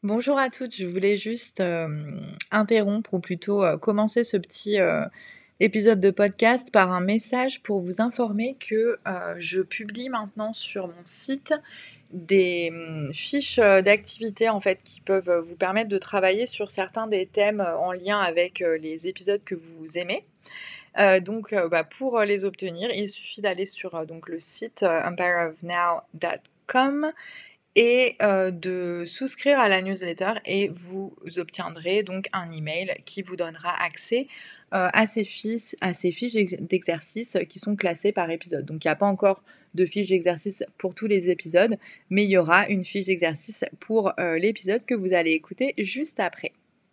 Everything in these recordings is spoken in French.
Bonjour à toutes, je voulais juste, interrompre ou plutôt, commencer ce petit, épisode de podcast par un message pour vous informer que, je publie maintenant sur mon site des, fiches, d'activités en fait qui peuvent, vous permettre de travailler sur certains des thèmes, en lien avec, les épisodes que vous aimez. Pour, les obtenir, il suffit d'aller sur, donc le site, empireofnow.com et de souscrire à la newsletter et vous obtiendrez donc un email qui vous donnera accès, à ces fiches d'exercices qui sont classées par épisode. Donc il n'y a pas encore de fiche d'exercice pour tous les épisodes, mais il y aura une fiche d'exercice pour, l'épisode que vous allez écouter juste après.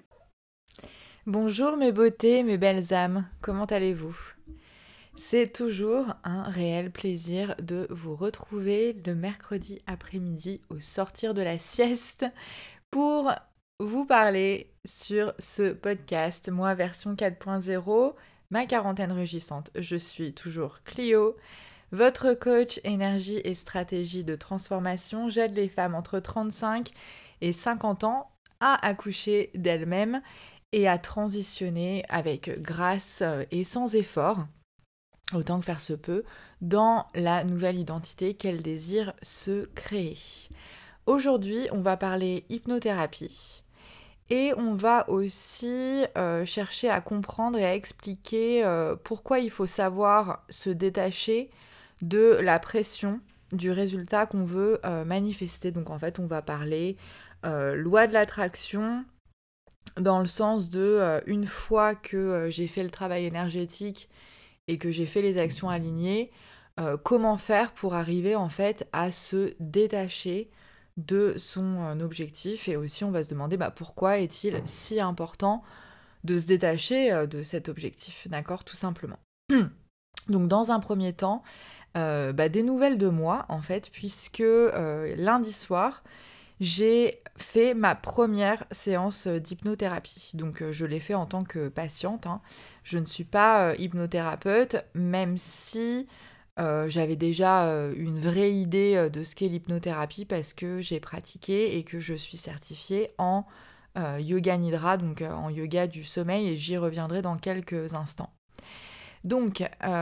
Bonjour mes beautés, mes belles âmes, comment allez-vous? C'est toujours un réel plaisir de vous retrouver le mercredi après-midi au sortir de la sieste pour vous parler sur ce podcast, moi version 4.0, ma quarantaine rugissante. Je suis toujours Clio, votre coach énergie et stratégie de transformation. J'aide les femmes entre 35 et 50 ans à accoucher d'elles-mêmes et à transitionner avec grâce et sans effort, autant que faire se peut, dans la nouvelle identité qu'elles désirent se créer. Aujourd'hui, on va parler hypnothérapie et on va aussi chercher à comprendre et à expliquer pourquoi il faut savoir se détacher de la pression du résultat qu'on veut manifester. Donc en fait, on va parler loi de l'attraction, dans le sens de une fois que j'ai fait le travail énergétique et que j'ai fait les actions alignées, comment faire pour arriver en fait à se détacher de son objectif. Et aussi on va se demander pourquoi est-il si important de se détacher de cet objectif, d'accord, tout simplement. Donc dans un premier temps, des nouvelles de moi en fait, puisque lundi soir, j'ai fait ma première séance d'hypnothérapie. Donc je l'ai fait en tant que patiente, hein. Je ne suis pas hypnothérapeute, même si j'avais déjà une vraie idée de ce qu'est l'hypnothérapie parce que j'ai pratiqué et que je suis certifiée en yoga nidra, donc en yoga du sommeil, et j'y reviendrai dans quelques instants. Donc,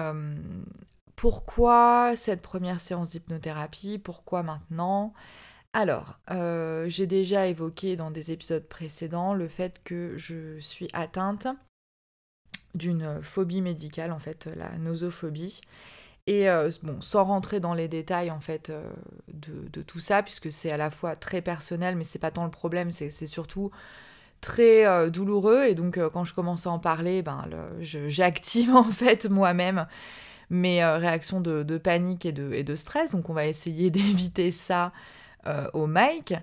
pourquoi cette première séance d'hypnothérapie? Pourquoi maintenant? Alors, j'ai déjà évoqué dans des épisodes précédents le fait que je suis atteinte d'une phobie médicale, en fait, la nosophobie. Et sans rentrer dans les détails en fait de tout ça, puisque c'est à la fois très personnel, mais c'est pas tant le problème, c'est surtout très douloureux. Et donc quand je commence à en parler, j'active en fait moi-même mes réactions de panique et de stress. Donc on va essayer d'éviter ça au mic.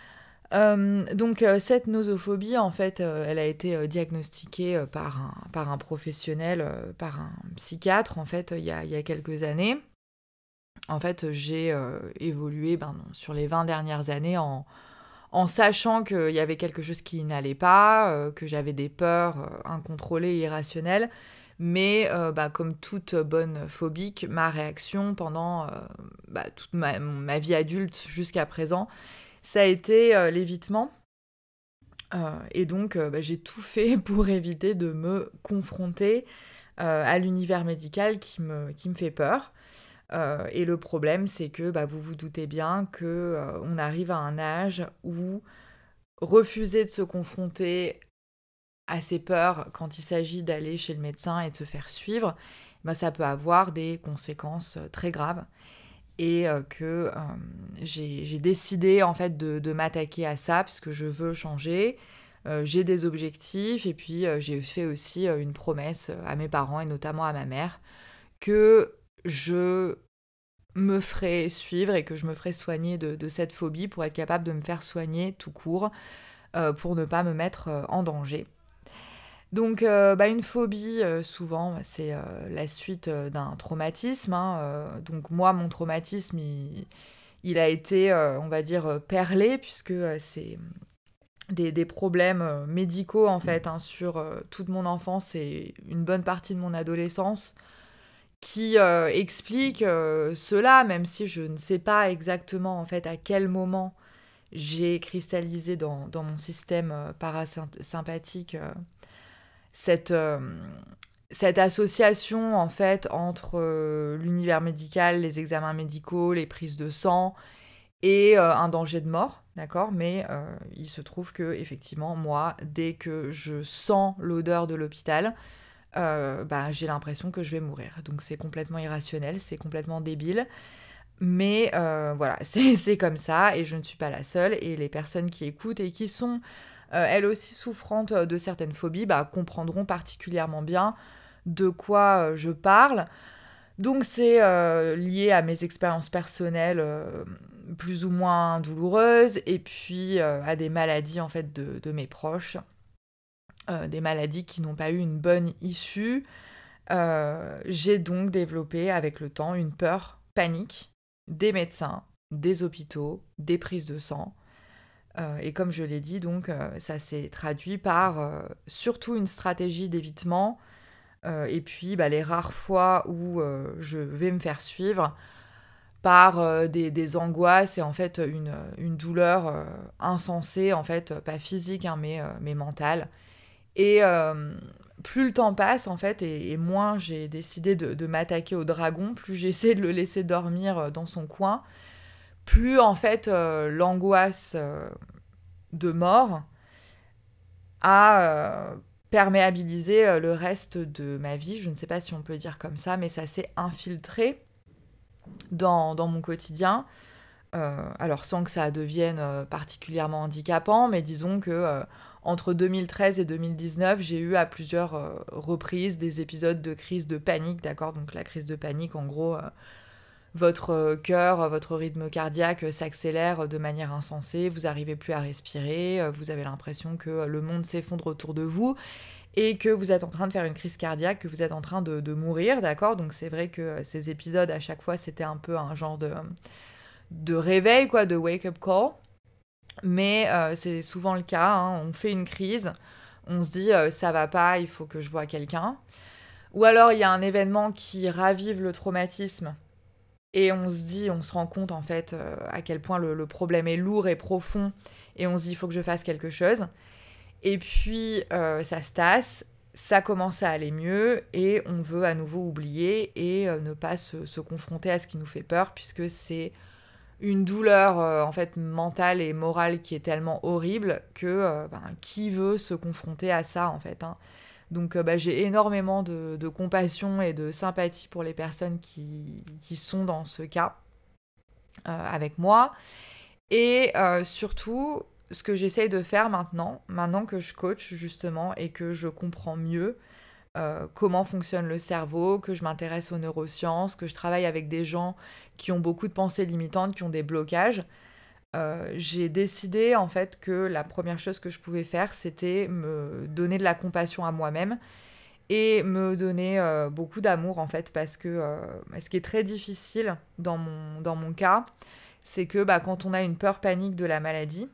Cette nosophobie, en fait, elle a été diagnostiquée par un professionnel, par un psychiatre, en fait, il y a quelques années. En fait, j'ai évolué sur les 20 dernières années en sachant qu'il y avait quelque chose qui n'allait pas, que j'avais des peurs incontrôlées et irrationnelles. Mais comme toute bonne phobique, ma réaction pendant toute ma vie adulte jusqu'à présent, ça a été l'évitement. Et donc, j'ai tout fait pour éviter de me confronter à l'univers médical qui me fait peur. Et le problème, c'est que vous vous doutez bien qu'on arrive à un âge où refuser de se confronter à ses peurs quand il s'agit d'aller chez le médecin et de se faire suivre, ça peut avoir des conséquences très graves. Et que j'ai décidé en fait de m'attaquer à ça parce que je veux changer. J'ai des objectifs et puis j'ai fait aussi une promesse à mes parents et notamment à ma mère que je me ferai suivre et que je me ferai soigner de cette phobie pour être capable de me faire soigner tout court pour ne pas me mettre en danger. Donc une phobie, souvent, c'est la suite d'un traumatisme, hein. Donc moi, mon traumatisme, il a été, on va dire, perlé, puisque c'est des problèmes médicaux, en fait, hein, sur toute mon enfance et une bonne partie de mon adolescence, qui expliquent cela, même si je ne sais pas exactement, en fait, à quel moment j'ai cristallisé dans mon système parasympathique cette association en fait entre l'univers médical, les examens médicaux, les prises de sang et un danger de mort, d'accord. Mais il se trouve que effectivement moi, dès que je sens l'odeur de l'hôpital, j'ai l'impression que je vais mourir. Donc c'est complètement irrationnel, c'est complètement débile. Mais voilà, c'est comme ça et je ne suis pas la seule. Et les personnes qui écoutent et qui sont elles aussi souffrantes de certaines phobies comprendront particulièrement bien de quoi je parle. Donc c'est lié à mes expériences personnelles plus ou moins douloureuses et puis à des maladies en fait de mes proches. Des maladies qui n'ont pas eu une bonne issue. J'ai donc développé avec le temps une peur panique des médecins, des hôpitaux, des prises de sang. Et comme je l'ai dit, donc ça s'est traduit par surtout une stratégie d'évitement et puis les rares fois où je vais me faire suivre par des angoisses et en fait une douleur insensée, en fait, pas physique hein, mais mentale. Et plus le temps passe, en fait, et moins j'ai décidé de m'attaquer au dragon, plus j'essaie de le laisser dormir dans son coin, plus, en fait, l'angoisse de mort a perméabilisé le reste de ma vie. Je ne sais pas si on peut dire comme ça, mais ça s'est infiltré dans mon quotidien. Alors sans que ça devienne particulièrement handicapant, mais disons que entre 2013 et 2019, j'ai eu à plusieurs reprises des épisodes de crise de panique, d'accord. Donc la crise de panique, en gros, votre cœur, votre rythme cardiaque s'accélère de manière insensée, vous n'arrivez plus à respirer, vous avez l'impression que le monde s'effondre autour de vous et que vous êtes en train de faire une crise cardiaque, que vous êtes en train de mourir, d'accord. Donc c'est vrai que ces épisodes, à chaque fois, c'était un peu un genre de réveil, quoi, de wake-up call. Mais c'est souvent le cas, hein. On fait une crise, on se dit ça va pas, il faut que je voie quelqu'un. Ou alors il y a un événement qui ravive le traumatisme et on se rend compte en fait à quel point le problème est lourd et profond et on se dit il faut que je fasse quelque chose. Et puis ça se tasse, ça commence à aller mieux et on veut à nouveau oublier et ne pas se confronter à ce qui nous fait peur puisque c'est une douleur en fait mentale et morale qui est tellement horrible que qui veut se confronter à ça en fait hein. Donc j'ai énormément de compassion et de sympathie pour les personnes qui sont dans ce cas avec moi. Et surtout, ce que j'essaye de faire maintenant que je coach justement et que je comprends mieux comment fonctionne le cerveau, que je m'intéresse aux neurosciences, que je travaille avec des gens qui ont beaucoup de pensées limitantes, qui ont des blocages, j'ai décidé en fait que la première chose que je pouvais faire, c'était me donner de la compassion à moi-même et me donner beaucoup d'amour en fait parce que ce qui est très difficile dans mon cas, c'est que quand on a une peur panique de la maladie,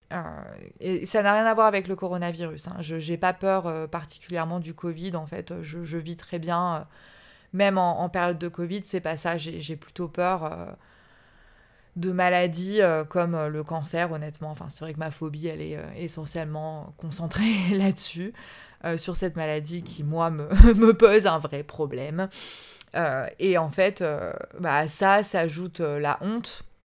et ça n'a rien à voir avec le coronavirus, hein. Je n'ai pas peur particulièrement du Covid, en fait. Je vis très bien, même en période de Covid, c'est pas ça. J'ai plutôt peur de maladies comme le cancer, honnêtement. Enfin, c'est vrai que ma phobie, elle est essentiellement concentrée là-dessus, sur cette maladie qui, moi, me pose un vrai problème. Et en fait, ça s'ajoute la honte.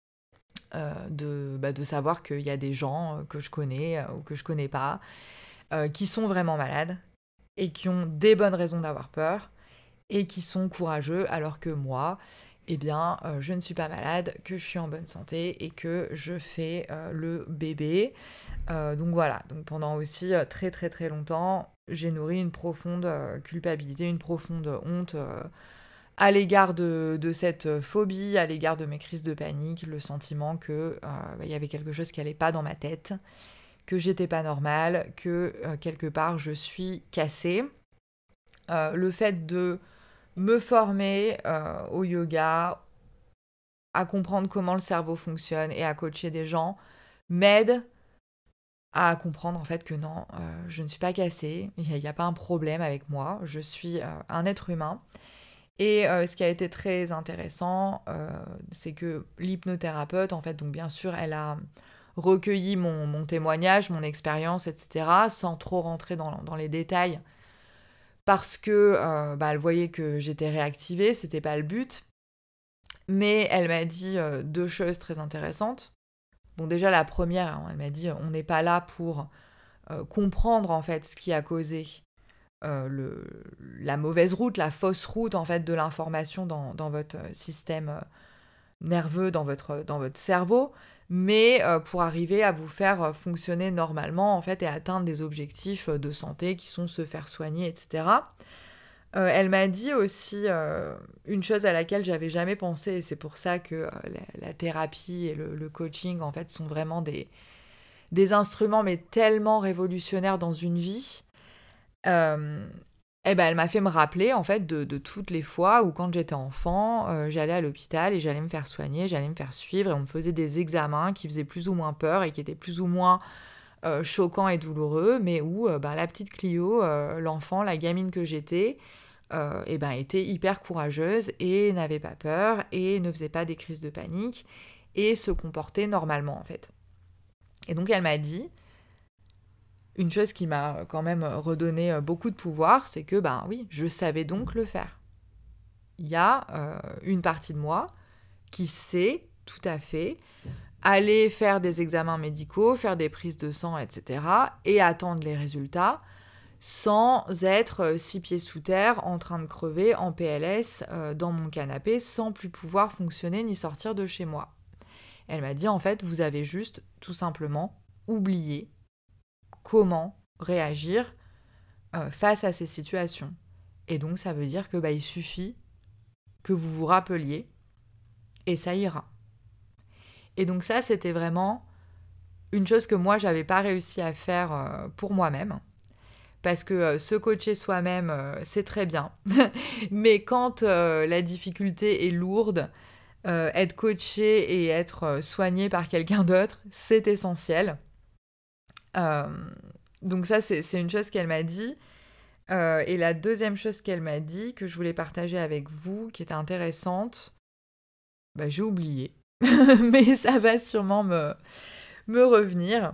De savoir qu'il y a des gens que je connais ou que je connais pas, qui sont vraiment malades et qui ont des bonnes raisons d'avoir peur et qui sont courageux alors que moi, eh bien, je ne suis pas malade, que je suis en bonne santé et que je fais le bébé. Donc voilà, donc pendant aussi très très très longtemps, j'ai nourri une profonde culpabilité, une profonde honte à l'égard de cette phobie, à l'égard de mes crises de panique, le sentiment que y avait quelque chose qui allait pas dans ma tête, que j'étais pas normale, que quelque part je suis cassée. Le fait de me former au yoga, à comprendre comment le cerveau fonctionne et à coacher des gens m'aide à comprendre en fait que non, je ne suis pas cassée, il n'y a pas un problème avec moi, je suis un être humain. Et ce qui a été très intéressant, c'est que l'hypnothérapeute, en fait, donc bien sûr, elle a recueilli mon témoignage, mon expérience, etc., sans trop rentrer dans les détails, parce que elle voyait que j'étais réactivée, c'était pas le but. Mais elle m'a dit 2 choses très intéressantes. Bon, déjà la première, hein, elle m'a dit on n'est pas là pour comprendre en fait ce qui a causé la mauvaise route, la fausse route en fait de l'information dans votre système nerveux, dans votre cerveau, mais pour arriver à vous faire fonctionner normalement en fait et atteindre des objectifs de santé qui sont se faire soigner, etc. Elle m'a dit aussi une chose à laquelle j'avais jamais pensé, et c'est pour ça que la thérapie et le coaching en fait sont vraiment des instruments mais tellement révolutionnaires dans une vie. Elle m'a fait me rappeler en fait de toutes les fois où quand j'étais enfant, j'allais à l'hôpital et j'allais me faire soigner, j'allais me faire suivre et on me faisait des examens qui faisaient plus ou moins peur et qui étaient plus ou moins choquants et douloureux, mais où la petite Clio, l'enfant, la gamine que j'étais, était hyper courageuse et n'avait pas peur et ne faisait pas des crises de panique et se comportait normalement en fait. Et donc elle m'a dit une chose qui m'a quand même redonné beaucoup de pouvoir, c'est que oui, je savais donc le faire. Il y a une partie de moi qui sait tout à fait aller faire des examens médicaux, faire des prises de sang, etc. et attendre les résultats sans être 6 pieds sous terre, en train de crever, en PLS, dans mon canapé, sans plus pouvoir fonctionner ni sortir de chez moi. Elle m'a dit, en fait, vous avez juste, tout simplement, oublié comment réagir face à ces situations. Et donc, ça veut dire que il suffit que vous vous rappeliez, et ça ira. Et donc ça, c'était vraiment une chose que moi, j'avais pas réussi à faire pour moi-même. Parce que se coacher soi-même, c'est très bien. Mais quand la difficulté est lourde, être coaché et être soigné par quelqu'un d'autre, c'est essentiel. Donc ça, c'est une chose qu'elle m'a dit. Et la deuxième chose qu'elle m'a dit, que je voulais partager avec vous, qui était intéressante, j'ai oublié. Mais ça va sûrement me revenir.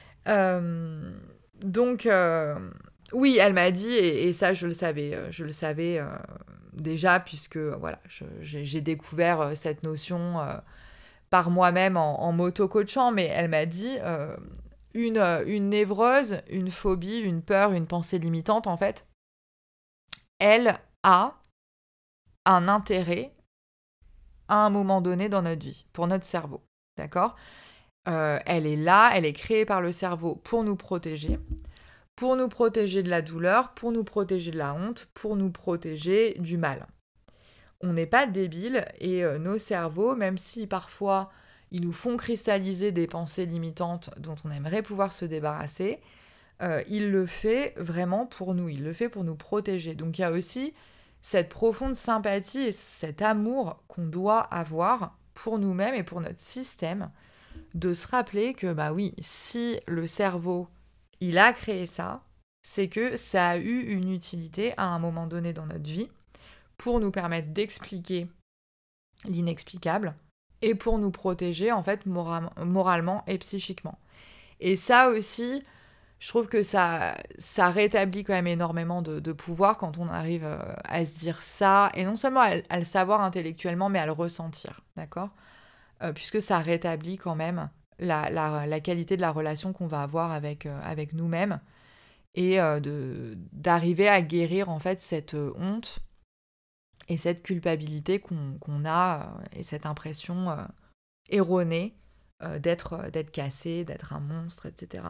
Donc... oui, elle m'a dit, et ça je le savais déjà, puisque voilà, j'ai découvert cette notion par moi-même en m'auto-coachant, mais elle m'a dit une névrose, une phobie, une peur, une pensée limitante, en fait, elle a un intérêt à un moment donné dans notre vie, pour notre cerveau, d'accord ? Elle est là, elle est créée par le cerveau pour nous protéger de la douleur, pour nous protéger de la honte, pour nous protéger du mal. On n'est pas débiles et nos cerveaux, même si parfois ils nous font cristalliser des pensées limitantes dont on aimerait pouvoir se débarrasser, il le fait vraiment pour nous, il le fait pour nous protéger. Donc il y a aussi cette profonde sympathie et cet amour qu'on doit avoir pour nous-mêmes et pour notre système, de se rappeler que oui, si le cerveau il a créé ça, c'est que ça a eu une utilité à un moment donné dans notre vie pour nous permettre d'expliquer l'inexplicable et pour nous protéger en fait moralement et psychiquement. Et ça aussi, je trouve que ça rétablit quand même énormément de pouvoir quand on arrive à se dire ça, et non seulement à le savoir intellectuellement, mais à le ressentir, d'accord ? Puisque ça rétablit quand même la qualité de la relation qu'on va avoir avec nous-mêmes, et d'arriver à guérir en fait cette honte et cette culpabilité qu'on a, et cette impression erronée d'être cassé, d'être un monstre, etc.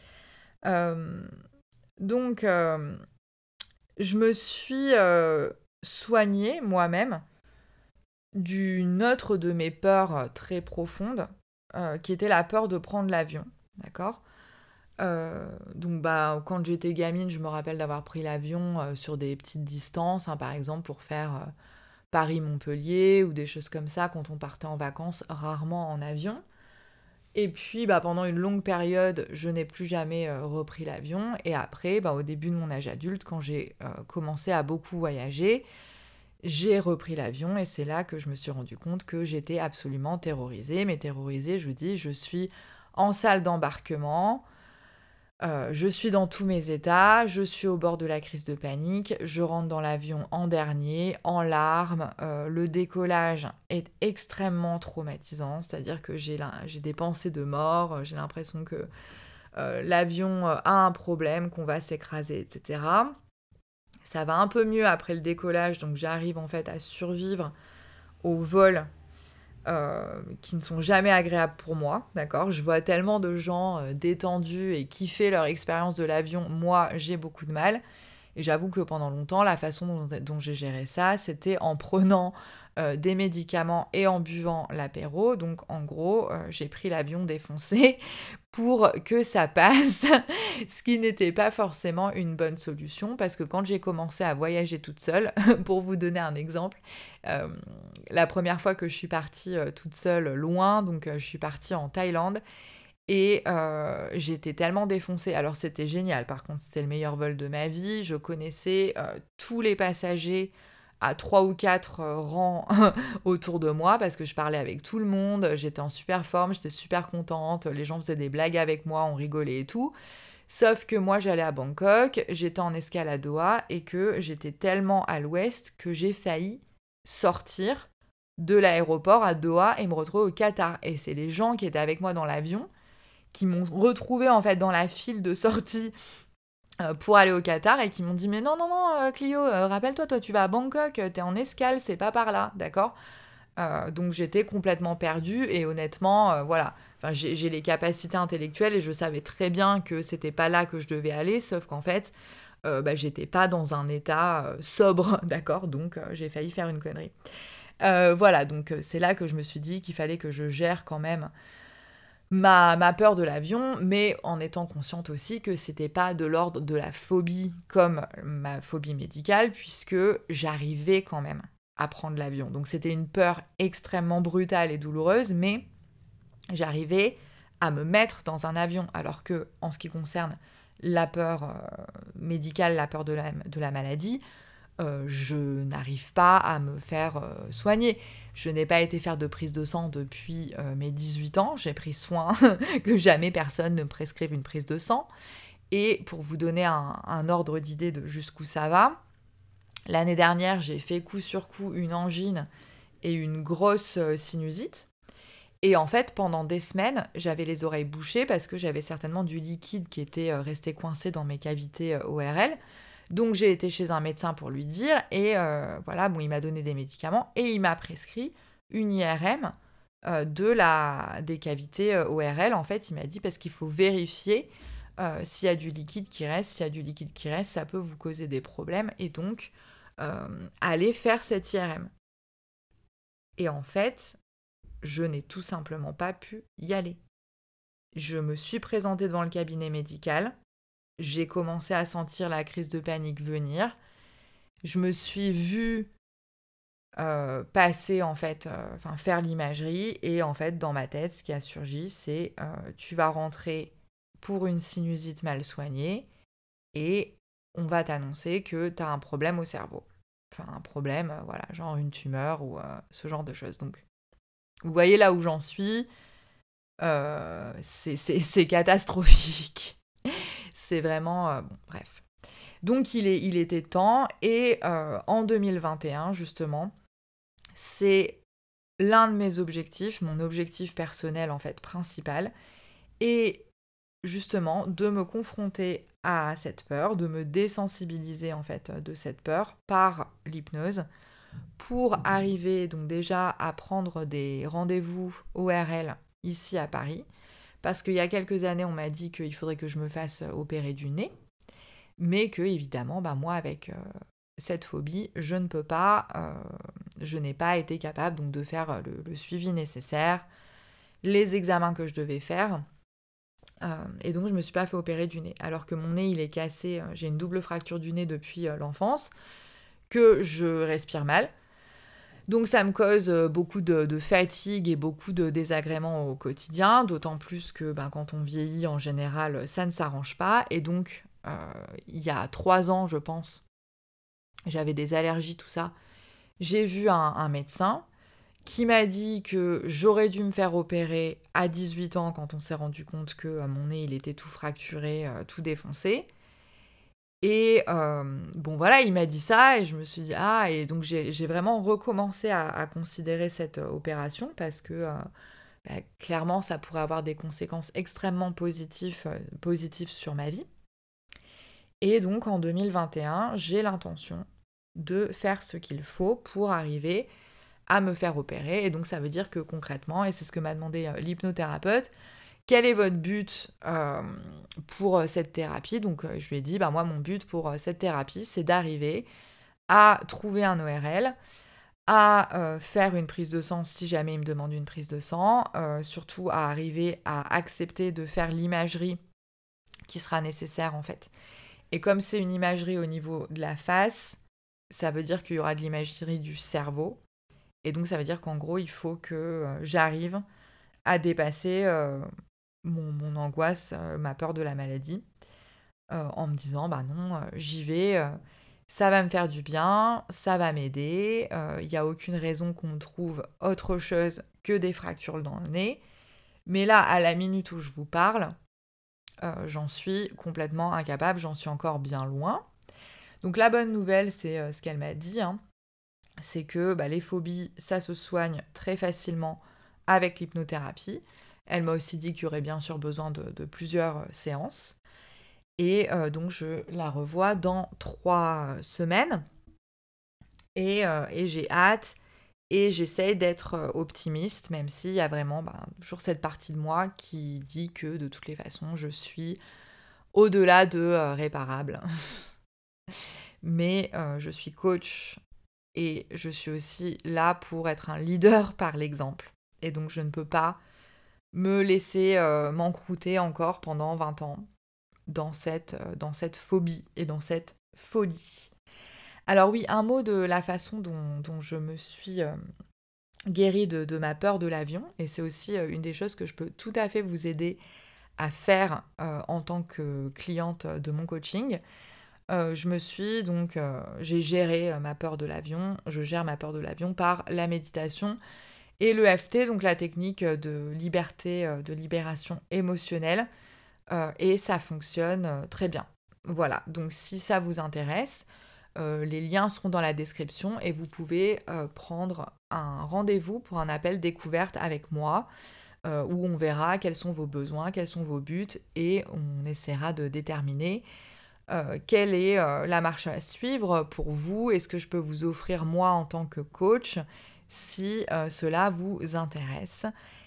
Donc, je me suis soignée moi-même d'une autre de mes peurs très profondes, qui était la peur de prendre l'avion, d'accord ? Donc quand j'étais gamine, je me rappelle d'avoir pris l'avion sur des petites distances, hein, par exemple pour faire Paris-Montpellier ou des choses comme ça quand on partait en vacances, rarement en avion. Et puis pendant une longue période, je n'ai plus jamais repris l'avion. Et après, au début de mon âge adulte, quand j'ai commencé à beaucoup voyager, j'ai repris l'avion, et c'est là que je me suis rendu compte que j'étais absolument terrorisée. Mais terrorisée, je dis, je suis en salle d'embarquement. Je suis dans tous mes états, je suis au bord de la crise de panique, je rentre dans l'avion en dernier, en larmes. Le décollage est extrêmement traumatisant, c'est-à-dire que j'ai des pensées de mort, j'ai l'impression que l'avion a un problème, qu'on va s'écraser, etc. Ça va un peu mieux après le décollage, donc j'arrive en fait à survivre au vol qui ne sont jamais agréables pour moi, d'accord ? Je vois tellement de gens détendus et kiffer leur expérience de l'avion. Moi, j'ai beaucoup de mal. Et j'avoue que pendant longtemps, la façon dont j'ai géré ça, c'était en prenant des médicaments et en buvant l'apéro. Donc en gros, j'ai pris l'avion défoncé pour que ça passe, ce qui n'était pas forcément une bonne solution, parce que quand j'ai commencé à voyager toute seule, pour vous donner un exemple, la première fois que je suis partie toute seule loin, donc je suis partie en Thaïlande, et j'étais tellement défoncée. Alors c'était génial, par contre c'était le meilleur vol de ma vie. Je connaissais tous les passagers à 3 ou 4 rangs autour de moi parce que je parlais avec tout le monde. J'étais en super forme, j'étais super contente. Les gens faisaient des blagues avec moi, on rigolait et tout. Sauf que moi j'allais à Bangkok, j'étais en escale à Doha et que j'étais tellement à l'ouest que j'ai failli sortir de l'aéroport à Doha et me retrouver au Qatar. Et c'est les gens qui étaient avec moi dans l'avion qui m'ont retrouvée en fait dans la file de sortie pour aller au Qatar et qui m'ont dit « Mais non, Clio, rappelle-toi, toi tu vas à Bangkok, t'es en escale, c'est pas par là, d'accord ?» Donc j'étais complètement perdue et honnêtement, voilà. Enfin, j'ai les capacités intellectuelles et je savais très bien que c'était pas là que je devais aller, sauf qu'en fait, j'étais pas dans un état sobre, d'accord ? Donc j'ai failli faire une connerie. Voilà, donc c'est là que je me suis dit qu'il fallait que je gère quand même ma peur de l'avion, mais en étant consciente aussi que c'était pas de l'ordre de la phobie comme ma phobie médicale, puisque j'arrivais quand même à prendre l'avion. Donc c'était une peur extrêmement brutale et douloureuse, mais j'arrivais à me mettre dans un avion, alors que en ce qui concerne la peur médicale, la peur de la maladie, je n'arrive pas à me faire soigner. Je n'ai pas été faire de prise de sang depuis mes 18 ans. J'ai pris soin que jamais personne ne me prescrive une prise de sang. Et pour vous donner un ordre d'idée de jusqu'où ça va, l'année dernière, j'ai fait coup sur coup une angine et une grosse sinusite. Et en fait, pendant des semaines, j'avais les oreilles bouchées parce que j'avais certainement du liquide qui était resté coincé dans mes cavités ORL. Donc j'ai été chez un médecin pour lui dire et voilà, bon, il m'a donné des médicaments et il m'a prescrit une IRM des cavités ORL. En fait, il m'a dit parce qu'il faut vérifier s'il y a du liquide qui reste. S'il y a du liquide qui reste, ça peut vous causer des problèmes et donc allez faire cette IRM. Et en fait, je n'ai tout simplement pas pu y aller. Je me suis présentée devant le cabinet médical. J'ai commencé à sentir la crise de panique venir. Je me suis vue passer, en fait, faire l'imagerie. Et en fait, dans ma tête, ce qui a surgi, c'est tu vas rentrer pour une sinusite mal soignée et on va t'annoncer que tu as un problème au cerveau. Enfin, un problème, voilà, genre une tumeur ou ce genre de choses. Donc, vous voyez là où j'en suis. C'est catastrophique. C'est vraiment... bon, bref. Donc, il était temps. Et en 2021, justement, c'est l'un de mes objectifs, mon objectif personnel, en fait, principal. Et justement, de me confronter à cette peur, de me désensibiliser, en fait, de cette peur par l'hypnose pour arriver, donc déjà, à prendre des rendez-vous ORL ici à Paris. Parce qu'il y a quelques années, on m'a dit qu'il faudrait que je me fasse opérer du nez, mais que, évidemment, moi, avec cette phobie, je ne peux pas, je n'ai pas été capable donc, de faire le suivi nécessaire, les examens que je devais faire, et donc je ne me suis pas fait opérer du nez. Alors que mon nez, il est cassé, j'ai une double fracture du nez depuis l'enfance, que je respire mal. Donc ça me cause beaucoup de fatigue et beaucoup de désagréments au quotidien, d'autant plus que quand on vieillit en général, ça ne s'arrange pas. Et donc il y a 3 ans, je pense, j'avais des allergies, tout ça. J'ai vu un médecin qui m'a dit que j'aurais dû me faire opérer à 18 ans quand on s'est rendu compte que mon nez il était tout fracturé, tout défoncé. Et bon voilà, il m'a dit ça et je me suis dit: «Ah» et donc j'ai vraiment recommencé à considérer cette, opération parce que, clairement ça pourrait avoir des conséquences extrêmement positives sur ma vie. Et donc en 2021, j'ai l'intention de faire ce qu'il faut pour arriver à me faire opérer. Et donc ça veut dire que concrètement, et c'est ce que m'a demandé l'hypnothérapeute, quel est votre but pour cette thérapie? Donc je lui ai dit, bah, moi mon but pour cette thérapie, c'est d'arriver à trouver un ORL, à faire une prise de sang si jamais il me demande une prise de sang, surtout à arriver à accepter de faire l'imagerie qui sera nécessaire en fait. Et comme c'est une imagerie au niveau de la face, ça veut dire qu'il y aura de l'imagerie du cerveau. Et donc ça veut dire qu'en gros, il faut que j'arrive à dépasser mon angoisse, ma peur de la maladie, en me disant, bah non, j'y vais, ça va me faire du bien, ça va m'aider, il n'y a aucune raison qu'on trouve autre chose que des fractures dans le nez. Mais là, à la minute où je vous parle, j'en suis complètement incapable, j'en suis encore bien loin. Donc la bonne nouvelle, c'est ce qu'elle m'a dit, hein, c'est que les phobies, ça se soigne très facilement avec l'hypnothérapie. Elle m'a aussi dit qu'il y aurait bien sûr besoin de plusieurs séances. Et donc je la revois dans 3 semaines. Et j'ai hâte. Et j'essaye d'être optimiste, même s'il y a vraiment toujours cette partie de moi qui dit que de toutes les façons, je suis au-delà de réparable. Mais je suis coach et je suis aussi là pour être un leader par l'exemple. Et donc je ne peux pas me laisser m'encrouter encore pendant 20 ans dans cette phobie et dans cette folie. Alors oui, un mot de la façon dont je me suis guérie de ma peur de l'avion. Et c'est aussi une des choses que je peux tout à fait vous aider à faire en tant que cliente de mon coaching. J'ai géré ma peur de l'avion. Je gère ma peur de l'avion par la méditation et l'EFT, donc la technique de liberté, de libération émotionnelle. Et ça fonctionne très bien. Voilà, donc si ça vous intéresse, les liens seront dans la description et vous pouvez prendre un rendez-vous pour un appel découverte avec moi où on verra quels sont vos besoins, quels sont vos buts et on essaiera de déterminer quelle est la marche à suivre pour vous. Est-ce que je peux vous offrir moi en tant que coach si cela vous intéresse.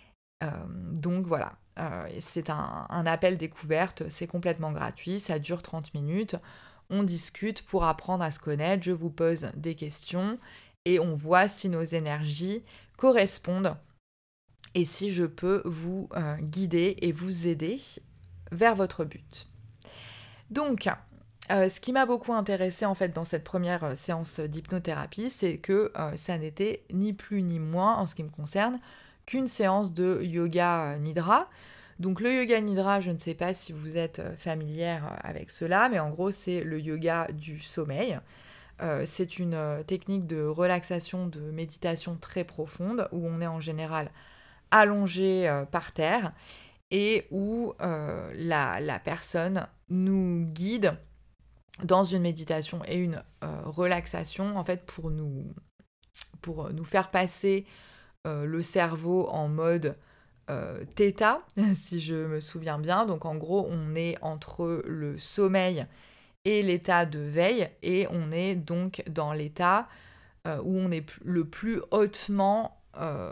Donc voilà, c'est un appel découverte, c'est complètement gratuit, ça dure 30 minutes. On discute pour apprendre à se connaître, je vous pose des questions et on voit si nos énergies correspondent et si je peux vous guider et vous aider vers votre but. Donc, ce qui m'a beaucoup intéressée en fait dans cette première séance d'hypnothérapie, c'est que ça n'était ni plus ni moins, en ce qui me concerne, qu'une séance de yoga nidra. Donc le yoga nidra, je ne sais pas si vous êtes familière avec cela, mais en gros c'est le yoga du sommeil. C'est une technique de relaxation, de méditation très profonde, où on est en général allongé par terre et où la personne nous guide dans une méditation et une relaxation en fait pour nous faire passer le cerveau en mode theta, si je me souviens bien. Donc en gros, on est entre le sommeil et l'état de veille et on est donc dans l'état où on est le plus hautement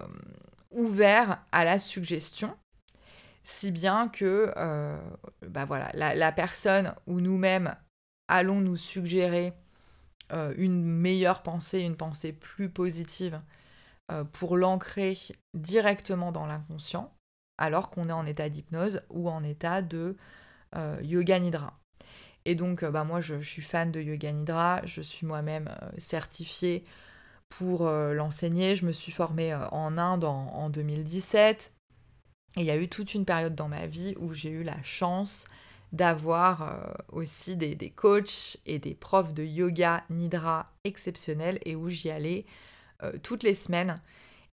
ouvert à la suggestion, si bien que la personne ou nous-mêmes allons nous suggérer une meilleure pensée, une pensée plus positive pour l'ancrer directement dans l'inconscient, alors qu'on est en état d'hypnose ou en état de yoga nidra. Et donc, moi, je suis fan de yoga nidra, je suis moi-même certifiée pour l'enseigner. Je me suis formée en Inde en 2017. Et il y a eu toute une période dans ma vie où j'ai eu la chance d'avoir aussi des coachs et des profs de yoga nidra exceptionnels et où j'y allais toutes les semaines.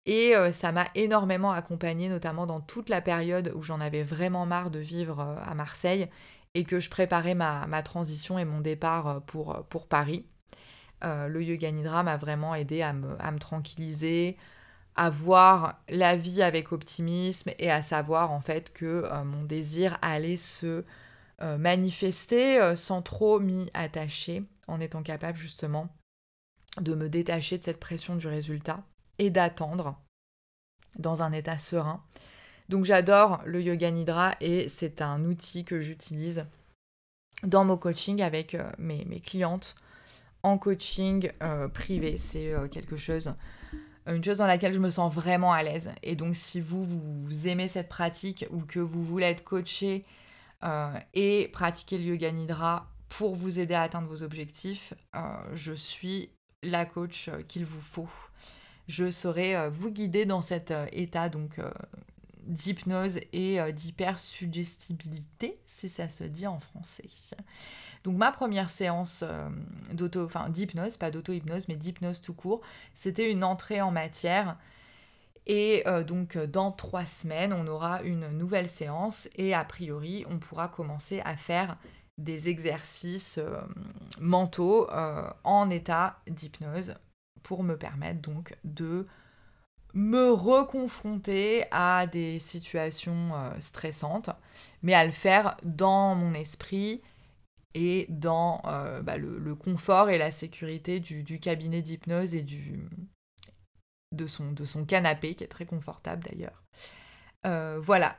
Et ça m'a énormément accompagnée, notamment dans toute la période où j'en avais vraiment marre de vivre à Marseille et que je préparais ma transition et mon départ pour Paris. Le Yoga Nidra m'a vraiment aidée à me tranquilliser, à voir la vie avec optimisme et à savoir en fait que mon désir allait se manifester sans trop m'y attacher, en étant capable justement de me détacher de cette pression du résultat et d'attendre dans un état serein. Donc j'adore le Yoga Nidra et c'est un outil que j'utilise dans mon coaching avec mes clientes en coaching privé. C'est une chose dans laquelle je me sens vraiment à l'aise. Et donc si vous aimez cette pratique ou que vous voulez être coaché et pratiquer le Yoga Nidra pour vous aider à atteindre vos objectifs, je suis la coach qu'il vous faut. Je saurai vous guider dans cet état donc d'hypnose et d'hypersuggestibilité, si ça se dit en français. Donc ma première séance d'hypnose, pas d'auto-hypnose, mais d'hypnose tout court, c'était une entrée en matière. Et donc dans 3 semaines, on aura une nouvelle séance et a priori, on pourra commencer à faire des exercices mentaux en état d'hypnose pour me permettre donc de me reconfronter à des situations stressantes, mais à le faire dans mon esprit et dans le confort et la sécurité du cabinet d'hypnose et de son canapé, qui est très confortable d'ailleurs. Voilà.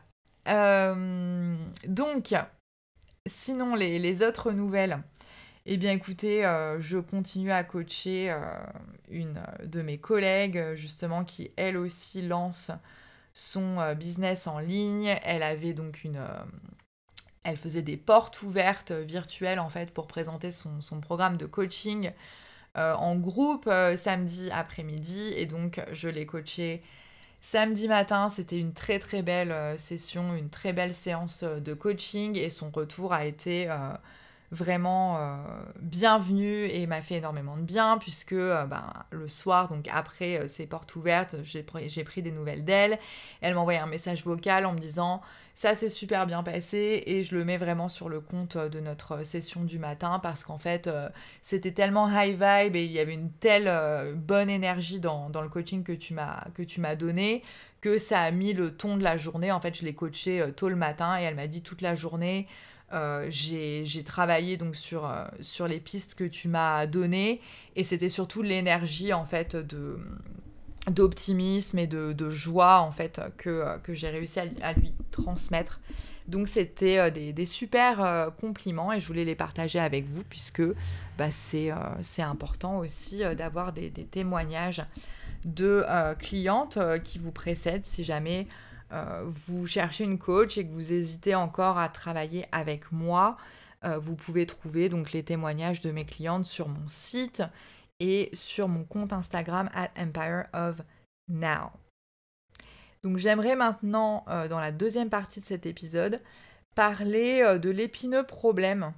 Donc, sinon, les autres nouvelles, eh bien écoutez, je continue à coacher une de mes collègues, justement, qui elle aussi lance son business en ligne. Elle avait donc elle faisait des portes ouvertes virtuelles en fait pour présenter son programme de coaching en groupe samedi après-midi et donc je l'ai coachée samedi matin. C'était une très très belle session, une très belle séance de coaching et son retour a été vraiment bienvenu et m'a fait énormément de bien puisque le soir, donc après ces portes ouvertes, j'ai pris des nouvelles d'elle. Elle m'a envoyé un message vocal en me disant ça s'est super bien passé et je le mets vraiment sur le compte de notre session du matin parce qu'en fait c'était tellement high vibe et il y avait une telle bonne énergie dans le coaching que tu m'as donné que ça a mis le ton de la journée. En fait je l'ai coachée tôt le matin et elle m'a dit toute la journée j'ai travaillé donc sur les pistes que tu m'as données et c'était surtout l'énergie en fait d'optimisme et de joie en fait que j'ai réussi à lui transmettre. Donc c'était des super compliments et je voulais les partager avec vous puisque c'est important aussi d'avoir des témoignages de clientes qui vous précèdent si jamais vous cherchez une coach et que vous hésitez encore à travailler avec moi. Vous pouvez trouver donc les témoignages de mes clientes sur mon site et sur mon compte Instagram @empireofnow. Donc j'aimerais maintenant, dans la deuxième partie de cet épisode, parler de l'épineux problème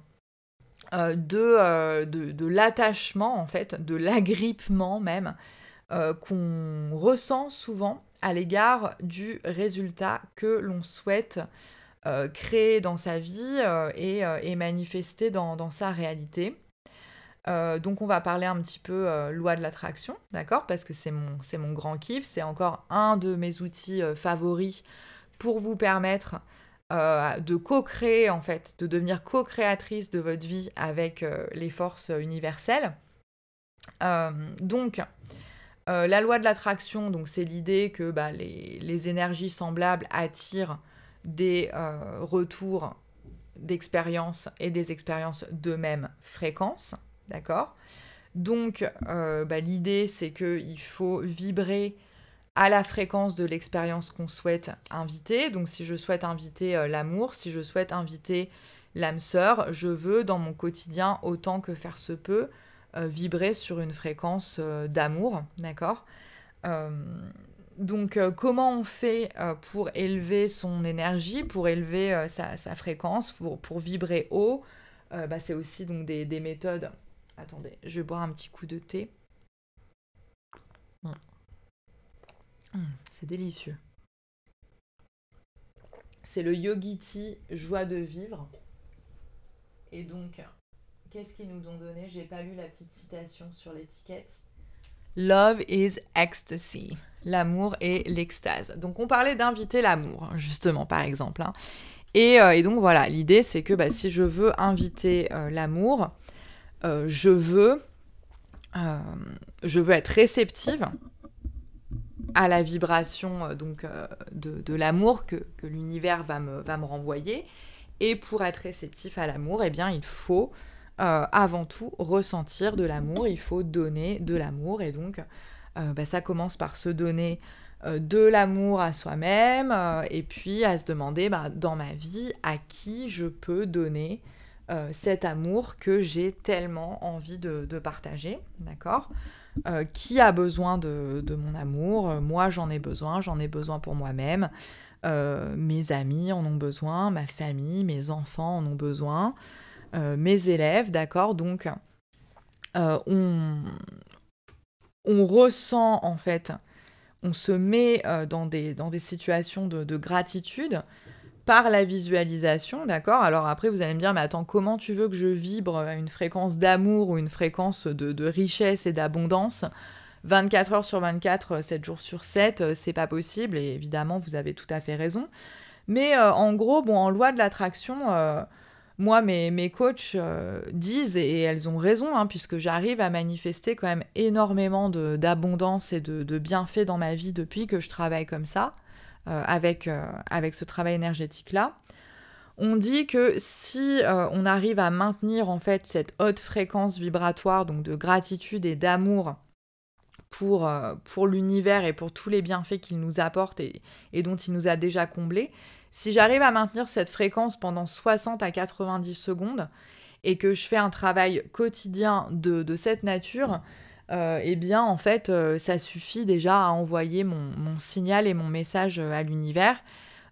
de l'attachement, en fait, de l'agrippement même, qu'on ressent souvent à l'égard du résultat que l'on souhaite créer dans sa vie et manifester dans sa réalité. Donc on va parler un petit peu loi de l'attraction, d'accord? Parce que c'est mon grand kiff, c'est encore un de mes outils favoris pour vous permettre de co-créer en fait, de devenir co-créatrice de votre vie avec les forces universelles. Donc la loi de l'attraction, donc c'est l'idée que les énergies semblables attirent des retours d'expériences et des expériences de même fréquence. D'accord? Donc, l'idée, c'est qu'il faut vibrer à la fréquence de l'expérience qu'on souhaite inviter. Donc, si je souhaite inviter l'amour, si je souhaite inviter l'âme sœur, je veux, dans mon quotidien, autant que faire se peut, vibrer sur une fréquence d'amour. D'accord? Donc, comment on fait pour élever son énergie, pour élever sa fréquence, pour vibrer haut? C'est aussi donc des méthodes. Attendez, je vais boire un petit coup de thé. C'est délicieux. C'est le Yogi Tea Joie de vivre. Et donc, qu'est-ce qu'ils nous ont donné? J'ai pas lu la petite citation sur l'étiquette. Love is ecstasy. L'amour est l'extase. Donc, on parlait d'inviter l'amour, justement, par exemple. Hein. Et donc, voilà, l'idée, c'est que si je veux inviter l'amour, je veux être réceptive à la vibration de l'amour que l'univers va me renvoyer. Et pour être réceptif à l'amour, eh bien, il faut avant tout ressentir de l'amour, il faut donner de l'amour. Et donc, ça commence par se donner de l'amour à soi-même et puis à se demander, dans ma vie, à qui je peux donner cet amour que j'ai tellement envie de partager, d'accord ? Qui a besoin de mon amour? Moi, j'en ai besoin pour moi-même. Mes amis en ont besoin, ma famille, mes enfants en ont besoin, mes élèves, d'accord? Donc, on ressent, en fait, on se met dans des situations de gratitude par la visualisation, d'accord? Alors après, vous allez me dire, mais attends, comment tu veux que je vibre à une fréquence d'amour ou une fréquence de richesse et d'abondance 24 heures sur 24, 7 jours sur 7, c'est pas possible, et évidemment, vous avez tout à fait raison. Mais en gros, en loi de l'attraction, moi, mes coachs disent, et elles ont raison, hein, puisque j'arrive à manifester quand même énormément d'abondance et de bienfaits dans ma vie depuis que je travaille comme ça, avec ce travail énergétique-là. On dit que si on arrive à maintenir en fait cette haute fréquence vibratoire, donc de gratitude et d'amour pour l'univers et pour tous les bienfaits qu'il nous apporte et dont il nous a déjà comblés, si j'arrive à maintenir cette fréquence pendant 60 à 90 secondes et que je fais un travail quotidien de cette nature, eh bien, en fait, ça suffit déjà à envoyer mon signal et mon message à l'univers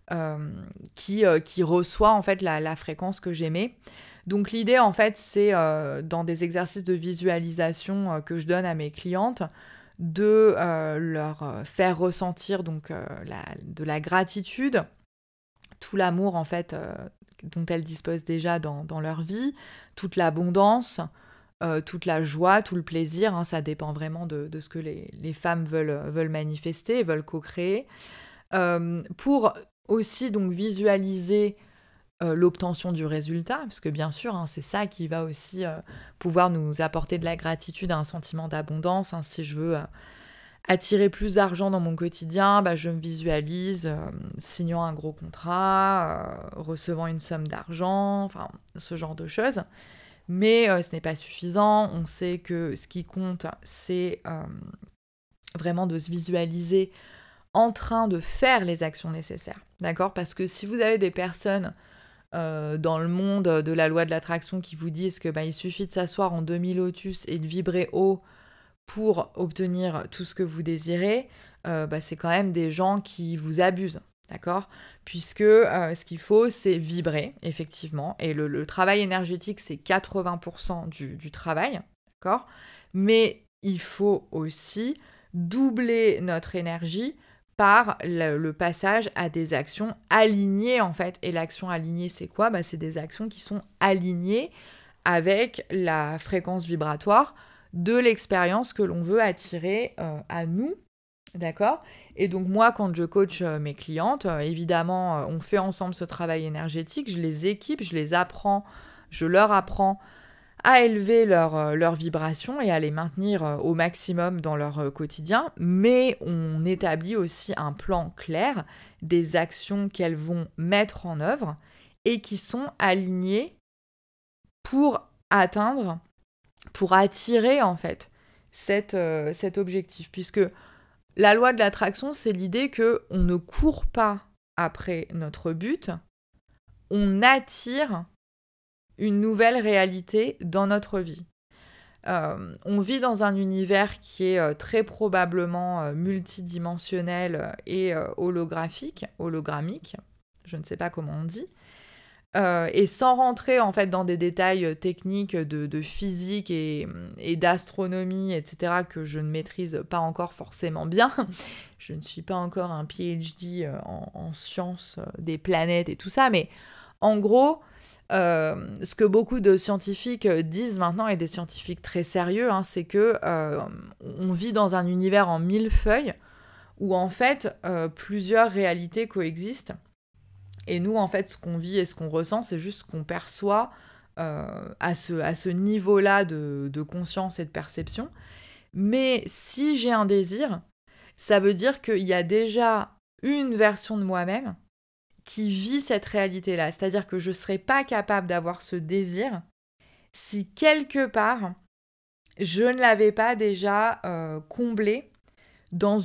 qui reçoit, en fait, la fréquence que j'émets. Donc, l'idée, en fait, c'est dans des exercices de visualisation que je donne à mes clientes, de leur faire ressentir donc, de la gratitude, tout l'amour, en fait, dont elles disposent déjà dans leur vie, toute l'abondance, toute la joie, tout le plaisir, hein, ça dépend vraiment de ce que les femmes veulent manifester, veulent co-créer. Pour aussi donc visualiser l'obtention du résultat, parce que bien sûr, hein, c'est ça qui va aussi pouvoir nous apporter de la gratitude, un sentiment d'abondance. Hein. Si je veux attirer plus d'argent dans mon quotidien, je me visualise signant un gros contrat, recevant une somme d'argent, enfin ce genre de choses. Mais ce n'est pas suffisant. On sait que ce qui compte, c'est vraiment de se visualiser en train de faire les actions nécessaires. D'accord ? Parce que si vous avez des personnes dans le monde de la loi de l'attraction qui vous disent que il suffit de s'asseoir en demi-lotus et de vibrer haut pour obtenir tout ce que vous désirez, c'est quand même des gens qui vous abusent. D'accord ? Puisque ce qu'il faut, c'est vibrer, effectivement. Et le travail énergétique, c'est 80% du travail. D'accord ? Mais il faut aussi doubler notre énergie par le passage à des actions alignées, en fait. Et l'action alignée, c'est quoi ? C'est des actions qui sont alignées avec la fréquence vibratoire de l'expérience que l'on veut attirer à nous. D'accord ? Et donc moi, quand je coach mes clientes, évidemment, on fait ensemble ce travail énergétique, je les équipe, je leur apprends à élever leur vibration et à les maintenir au maximum dans leur quotidien, mais on établit aussi un plan clair des actions qu'elles vont mettre en œuvre et qui sont alignées pour attirer en fait cet objectif, puisque la loi de l'attraction, c'est l'idée qu'on ne court pas après notre but, on attire une nouvelle réalité dans notre vie. On vit dans un univers qui est très probablement multidimensionnel et hologrammique, je ne sais pas comment on dit, Et sans rentrer en fait dans des détails techniques de physique et d'astronomie, etc., que je ne maîtrise pas encore forcément bien. Je ne suis pas encore un PhD en sciences des planètes et tout ça, mais en gros, ce que beaucoup de scientifiques disent maintenant, et des scientifiques très sérieux, hein, c'est que on vit dans un univers en millefeuille où en fait plusieurs réalités coexistent. Et nous, en fait, ce qu'on vit et ce qu'on ressent, c'est juste ce qu'on perçoit à ce niveau-là de conscience et de perception. Mais si j'ai un désir, ça veut dire qu'il y a déjà une version de moi-même qui vit cette réalité-là. C'est-à-dire que je ne serais pas capable d'avoir ce désir si quelque part, je ne l'avais pas déjà comblé dans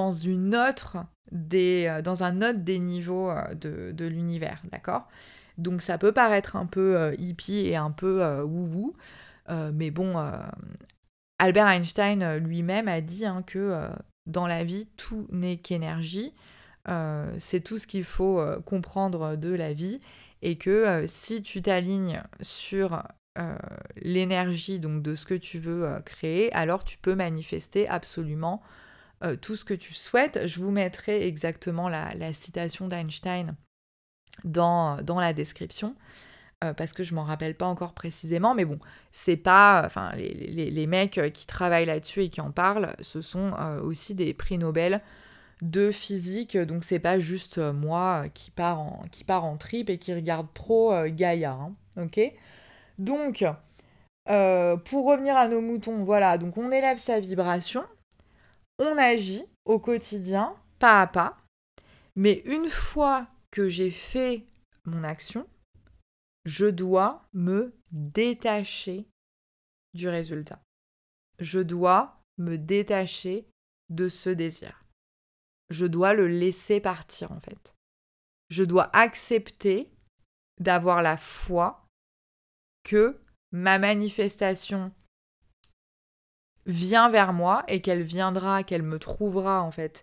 un autre des niveaux de l'univers, d'accord ? Donc ça peut paraître un peu hippie et un peu wouhou, mais bon, Albert Einstein lui-même a dit que dans la vie, tout n'est qu'énergie. C'est tout ce qu'il faut comprendre de la vie, et que si tu t'alignes sur l'énergie donc de ce que tu veux créer, alors tu peux manifester absolument tout ce que tu souhaites. Je vous mettrai exactement la citation d'Einstein dans la description, parce que je m'en rappelle pas encore précisément, mais bon, c'est pas... Enfin, les mecs qui travaillent là-dessus et qui en parlent, ce sont aussi des prix Nobel de physique, donc c'est pas juste moi qui part en trip et qui regarde trop Gaïa, hein, ok ? Donc, pour revenir à nos moutons, voilà, donc on élève sa vibration, on agit au quotidien, pas à pas, mais une fois que j'ai fait mon action, je dois me détacher du résultat. Je dois me détacher de ce désir. Je dois le laisser partir, en fait. Je dois accepter d'avoir la foi que ma manifestation vient vers moi et qu'elle viendra, qu'elle me trouvera, en fait,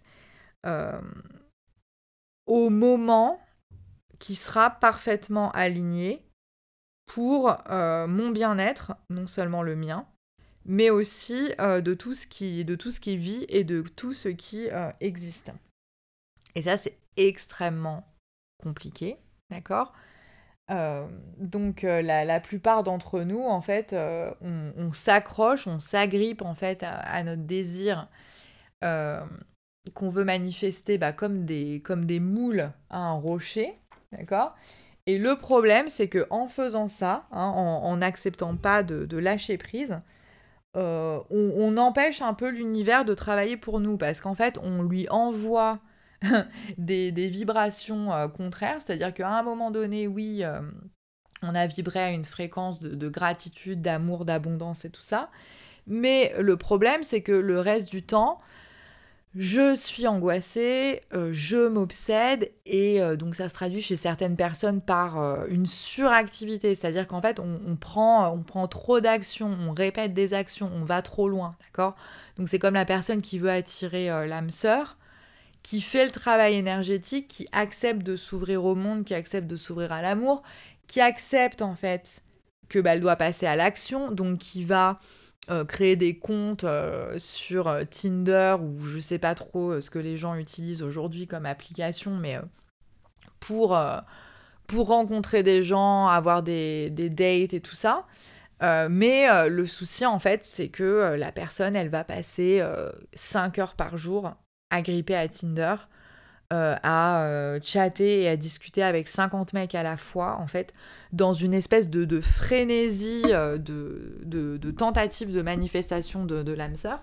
au moment qui sera parfaitement aligné pour mon bien-être, non seulement le mien, mais aussi de tout ce qui vit et de tout ce qui existe. Et ça, c'est extrêmement compliqué, d'accord ? Donc la plupart d'entre nous, en fait, on s'accroche, on s'agrippe en fait à notre désir qu'on veut manifester comme des moules à un rocher, d'accord ? Et le problème, c'est qu'en faisant ça, hein, en n'acceptant pas de lâcher prise, on empêche un peu l'univers de travailler pour nous, parce qu'en fait, on lui envoie des vibrations contraires, c'est-à-dire qu'à un moment donné, oui, on a vibré à une fréquence de gratitude, d'amour, d'abondance et tout ça, mais le problème, c'est que le reste du temps, je suis angoissée, je m'obsède, et donc ça se traduit chez certaines personnes par une suractivité, c'est-à-dire qu'en fait on prend trop d'actions, on répète des actions, on va trop loin, d'accord ? Donc c'est comme la personne qui veut attirer l'âme sœur, qui fait le travail énergétique, qui accepte de s'ouvrir au monde, qui accepte de s'ouvrir à l'amour, qui accepte en fait que elle doit passer à l'action, donc qui va créer des comptes sur Tinder, ou je sais pas trop ce que les gens utilisent aujourd'hui comme application, mais pour rencontrer des gens, avoir des dates et tout ça. Mais le souci, en fait, c'est que la personne, elle va passer 5 heures par jour agrippée à Tinder, à chatter et à discuter avec 50 mecs à la fois, en fait, dans une espèce de frénésie de tentative de manifestation de l'âme sœur.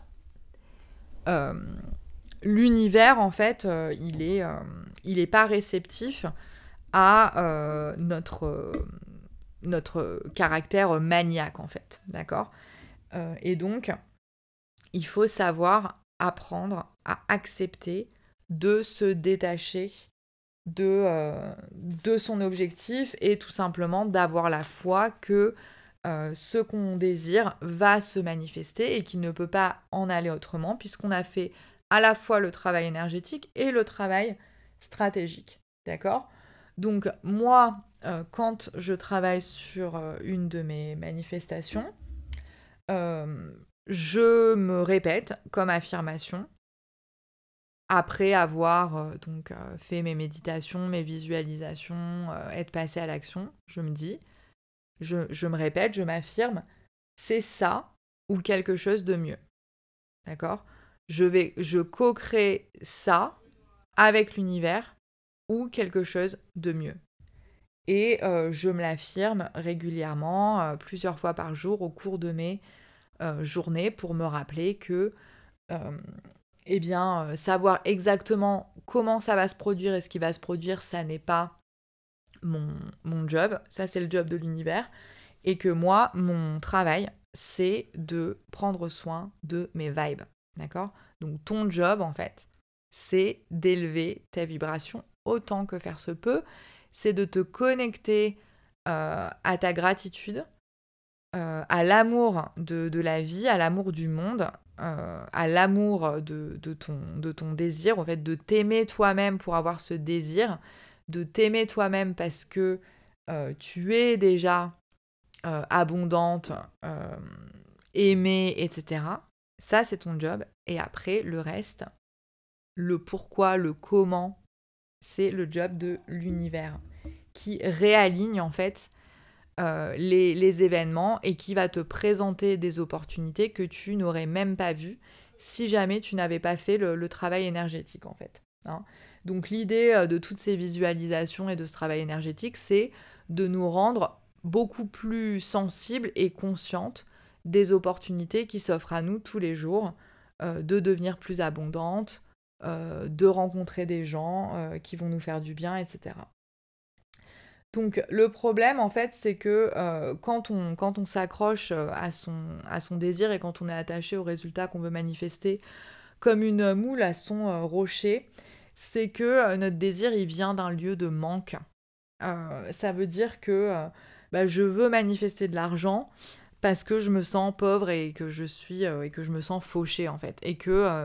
L'univers, en fait, il est pas réceptif à notre caractère maniaque, en fait, d'accord ? Et donc, il faut savoir apprendre à accepter de se détacher de son objectif, et tout simplement d'avoir la foi que ce qu'on désire va se manifester et qu'il ne peut pas en aller autrement, puisqu'on a fait à la fois le travail énergétique et le travail stratégique, d'accord ? Donc moi, quand je travaille sur une de mes manifestations, je me répète comme affirmation, après avoir fait mes méditations, mes visualisations, être passée à l'action, je me dis, je me répète, je m'affirme, c'est ça ou quelque chose de mieux. D'accord ? Je co-crée ça avec l'univers ou quelque chose de mieux. Et je me l'affirme régulièrement, plusieurs fois par jour au cours de mes journées pour me rappeler que savoir exactement comment ça va se produire et ce qui va se produire, ça n'est pas mon job, ça c'est le job de l'univers, et que moi, mon travail, c'est de prendre soin de mes vibes, d'accord ? Donc ton job, en fait, c'est d'élever ta vibration autant que faire se peut, c'est de te connecter à ta gratitude, à l'amour de la vie, à l'amour du monde, à l'amour de ton désir, en fait, de t'aimer toi-même pour avoir ce désir, de t'aimer toi-même parce que tu es déjà abondante, aimée, etc. Ça, c'est ton job. Et après, le reste, le pourquoi, le comment, c'est le job de l'univers qui réaligne en fait les événements et qui va te présenter des opportunités que tu n'aurais même pas vues si jamais tu n'avais pas fait le travail énergétique en fait. Hein. Donc l'idée de toutes ces visualisations et de ce travail énergétique, c'est de nous rendre beaucoup plus sensibles et conscientes des opportunités qui s'offrent à nous tous les jours, de devenir plus abondantes, de rencontrer des gens qui vont nous faire du bien, etc. Donc le problème en fait c'est que quand on s'accroche à son désir et quand on est attaché au résultat qu'on veut manifester comme une moule à son rocher, c'est que notre désir il vient d'un lieu de manque. Ça veut dire que je veux manifester de l'argent parce que je me sens pauvre et que je me sens fauchée en fait et que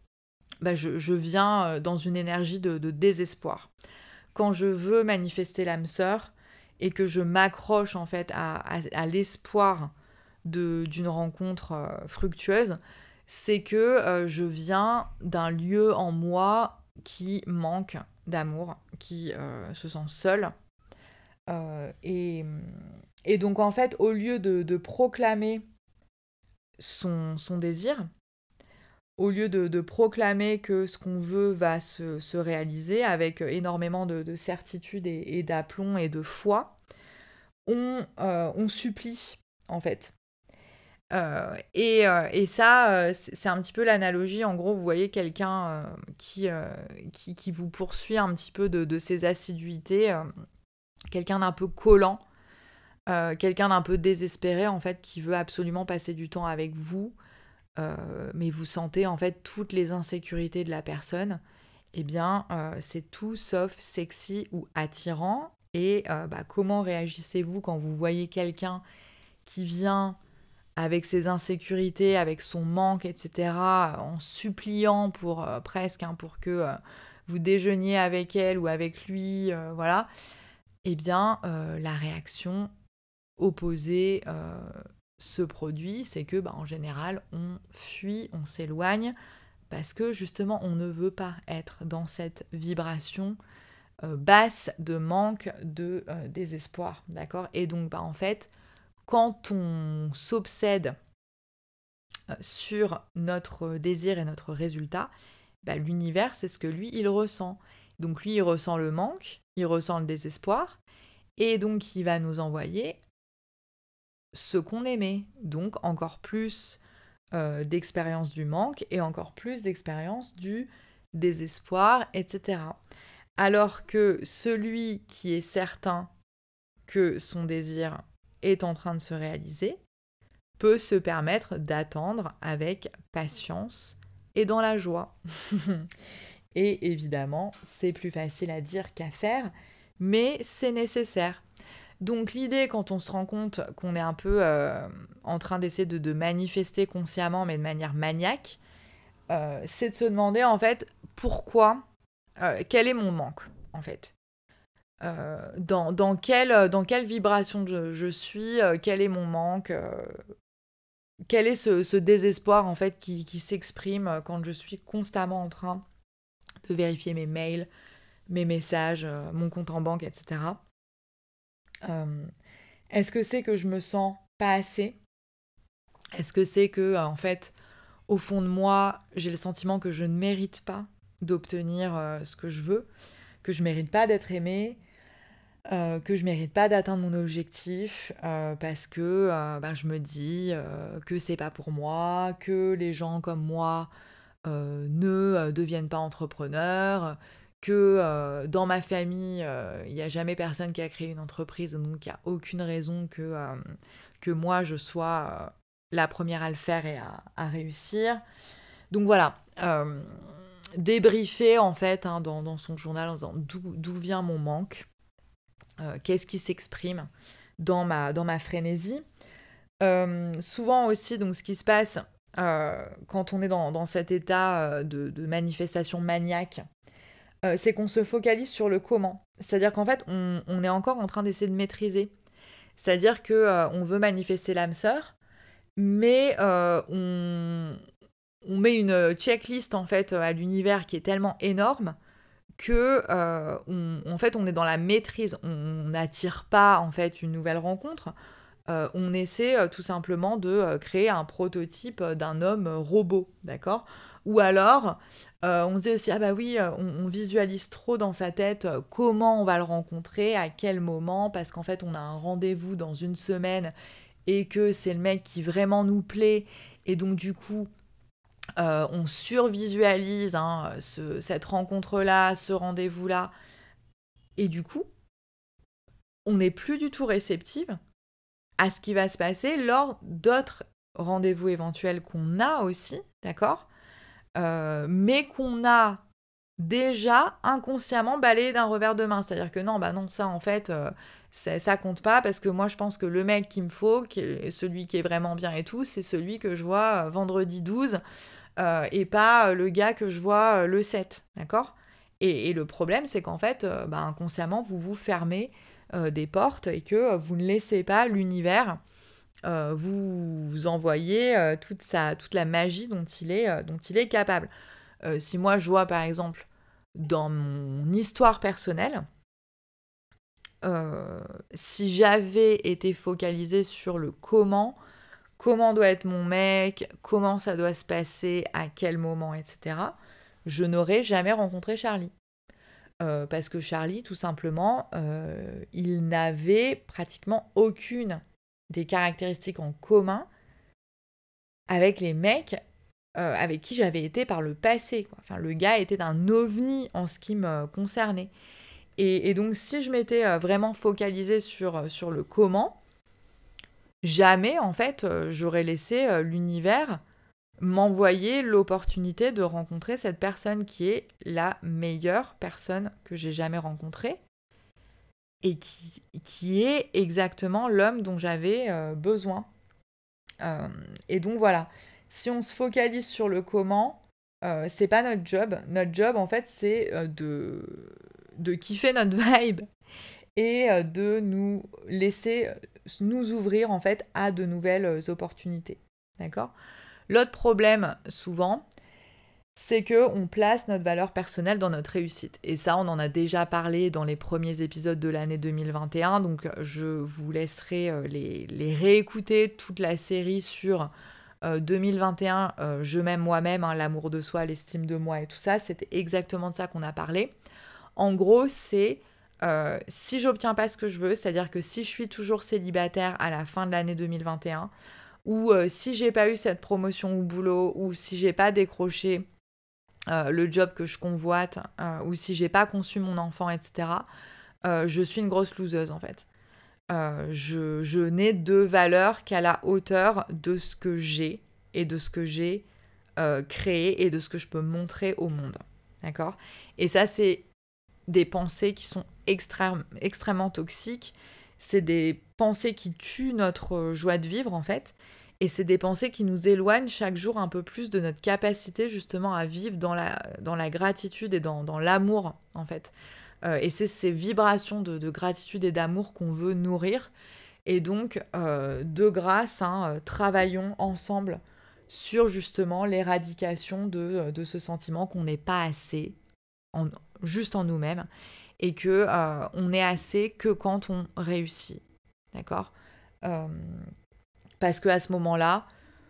je viens dans une énergie de désespoir. Quand je veux manifester l'âme sœur et que je m'accroche en fait à l'espoir d'une rencontre fructueuse, c'est que je viens d'un lieu en moi qui manque d'amour, qui se sent seul. Et donc en fait, au lieu de proclamer son désir, au lieu de proclamer que ce qu'on veut va se réaliser avec énormément de certitude et d'aplomb et de foi, on supplie, en fait. Et ça, c'est un petit peu l'analogie. En gros, vous voyez quelqu'un qui vous poursuit un petit peu de ses assiduités, quelqu'un d'un peu collant, quelqu'un d'un peu désespéré, en fait, qui veut absolument passer du temps avec vous, mais vous sentez en fait toutes les insécurités de la personne, eh bien c'est tout sauf sexy ou attirant. Et comment réagissez-vous quand vous voyez quelqu'un qui vient avec ses insécurités, avec son manque, etc., en suppliant pour presque pour que vous déjeuniez avec elle ou avec lui, voilà, eh bien la réaction opposée se produit, c'est que en général on fuit, on s'éloigne parce que justement on ne veut pas être dans cette vibration basse de manque, de désespoir, d'accord ? Et donc en fait, quand on s'obsède sur notre désir et notre résultat, l'univers c'est ce que lui il ressent. Donc lui il ressent le manque, il ressent le désespoir, et donc il va nous envoyer ce qu'on aimait, donc encore plus d'expérience du manque et encore plus d'expérience du désespoir, etc. Alors que celui qui est certain que son désir est en train de se réaliser peut se permettre d'attendre avec patience et dans la joie. Et évidemment, c'est plus facile à dire qu'à faire, mais c'est nécessaire. Donc l'idée, quand on se rend compte qu'on est un peu en train d'essayer de manifester consciemment, mais de manière maniaque, c'est de se demander en fait pourquoi, quel est mon manque en fait. dans quelle vibration je suis, quel est mon manque, quel est ce désespoir en fait qui s'exprime quand je suis constamment en train de vérifier mes mails, mes messages, mon compte en banque, etc. Euh, Est-ce que c'est que je me sens pas assez? Est-ce que c'est que, en fait, au fond de moi, j'ai le sentiment que je ne mérite pas d'obtenir ce que je veux, que je mérite pas d'être aimée, que je mérite pas d'atteindre mon objectif parce que je me dis que c'est pas pour moi, que les gens comme moi ne deviennent pas entrepreneurs, que dans ma famille, il n'y a jamais personne qui a créé une entreprise, donc il n'y a aucune raison que moi je sois la première à le faire et à réussir. Donc voilà, débriefer en fait dans son journal en disant d'où vient mon manque, qu'est-ce qui s'exprime dans ma frénésie. Souvent aussi, donc ce qui se passe quand on est dans cet état de manifestation maniaque, c'est qu'on se focalise sur le comment. C'est-à-dire qu'en fait, on est encore en train d'essayer de maîtriser. C'est-à-dire que on veut manifester l'âme sœur, mais on met une checklist en fait à l'univers qui est tellement énorme que en fait on est dans la maîtrise. On n'attire pas en fait une nouvelle rencontre. On essaie tout simplement de créer un prototype d'un homme robot, d'accord? Ou alors, on se dit aussi, ah bah oui, on visualise trop dans sa tête comment on va le rencontrer, à quel moment, parce qu'en fait, on a un rendez-vous dans une semaine et que c'est le mec qui vraiment nous plaît. Et donc, du coup, on survisualise cette rencontre-là, ce rendez-vous-là. Et du coup, on n'est plus du tout réceptive à ce qui va se passer lors d'autres rendez-vous éventuels qu'on a aussi, d'accord? Mais qu'on a déjà inconsciemment balayé d'un revers de main. C'est-à-dire que non, bah non, ça en fait, ça compte pas parce que moi je pense que le mec qu'il me faut, celui qui est vraiment bien et tout, c'est celui que je vois vendredi 12 et pas le gars que je vois le 7, d'accord? Et le problème, c'est qu'en fait, inconsciemment, vous vous fermez des portes et que vous ne laissez pas l'univers vous envoyer toute la magie dont il est capable. Si moi je vois par exemple dans mon histoire personnelle, si j'avais été focalisée sur le comment doit être mon mec, comment ça doit se passer, à quel moment, etc., je n'aurais jamais rencontré Charlie. Parce que Charlie, tout simplement, il n'avait pratiquement aucune des caractéristiques en commun avec les mecs avec qui j'avais été par le passé, quoi. Enfin, le gars était un ovni en ce qui me concernait. Et donc, si je m'étais vraiment focalisée sur le comment, jamais, en fait, j'aurais laissé l'univers m'envoyer l'opportunité de rencontrer cette personne qui est la meilleure personne que j'ai jamais rencontrée et qui est exactement l'homme dont j'avais besoin. Et donc voilà, si on se focalise sur le comment, c'est pas notre job. Notre job, en fait, c'est de kiffer notre vibe et de nous laisser nous ouvrir, en fait, à de nouvelles opportunités. D'accord? L'autre problème, souvent, c'est qu'on place notre valeur personnelle dans notre réussite. Et ça, on en a déjà parlé dans les premiers épisodes de l'année 2021, donc je vous laisserai les réécouter, toute la série sur 2021, je m'aime moi-même, l'amour de soi, l'estime de moi et tout ça, c'était exactement de ça qu'on a parlé. En gros, c'est si j'obtiens pas ce que je veux, c'est-à-dire que si je suis toujours célibataire à la fin de l'année 2021, ou si j'ai pas eu cette promotion au boulot, ou si j'ai pas décroché le job que je convoite, ou si j'ai pas conçu mon enfant, etc., je suis une grosse loseuse en fait. Je n'ai de valeur qu'à la hauteur de ce que j'ai et de ce que j'ai créé et de ce que je peux montrer au monde. D'accord? Et ça, c'est des pensées qui sont extrêmement toxiques. C'est des pensées qui tuent notre joie de vivre, en fait. Et c'est des pensées qui nous éloignent chaque jour un peu plus de notre capacité, justement, à vivre dans la gratitude et dans l'amour, en fait. Et c'est ces vibrations de gratitude et d'amour qu'on veut nourrir. Et donc, de grâce, travaillons ensemble sur justement l'éradication de ce sentiment qu'on n'est pas assez, juste en nous-mêmes, et que on est assez que quand on réussit. D'accord. Parce qu'à ce moment-là,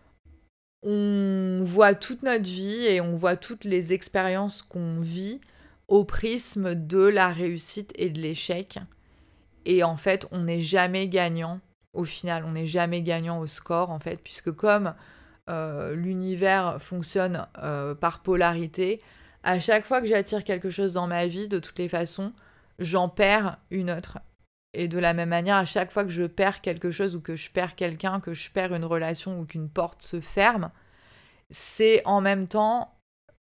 on voit toute notre vie et on voit toutes les expériences qu'on vit au prisme de la réussite et de l'échec. Et en fait, on n'est jamais gagnant. Au final, on n'est jamais gagnant au score, en fait, puisque comme l'univers fonctionne par polarité, à chaque fois que j'attire quelque chose dans ma vie, de toutes les façons, j'en perds une autre. Et de la même manière, à chaque fois que je perds quelque chose ou que je perds quelqu'un, que je perds une relation ou qu'une porte se ferme, c'est en même temps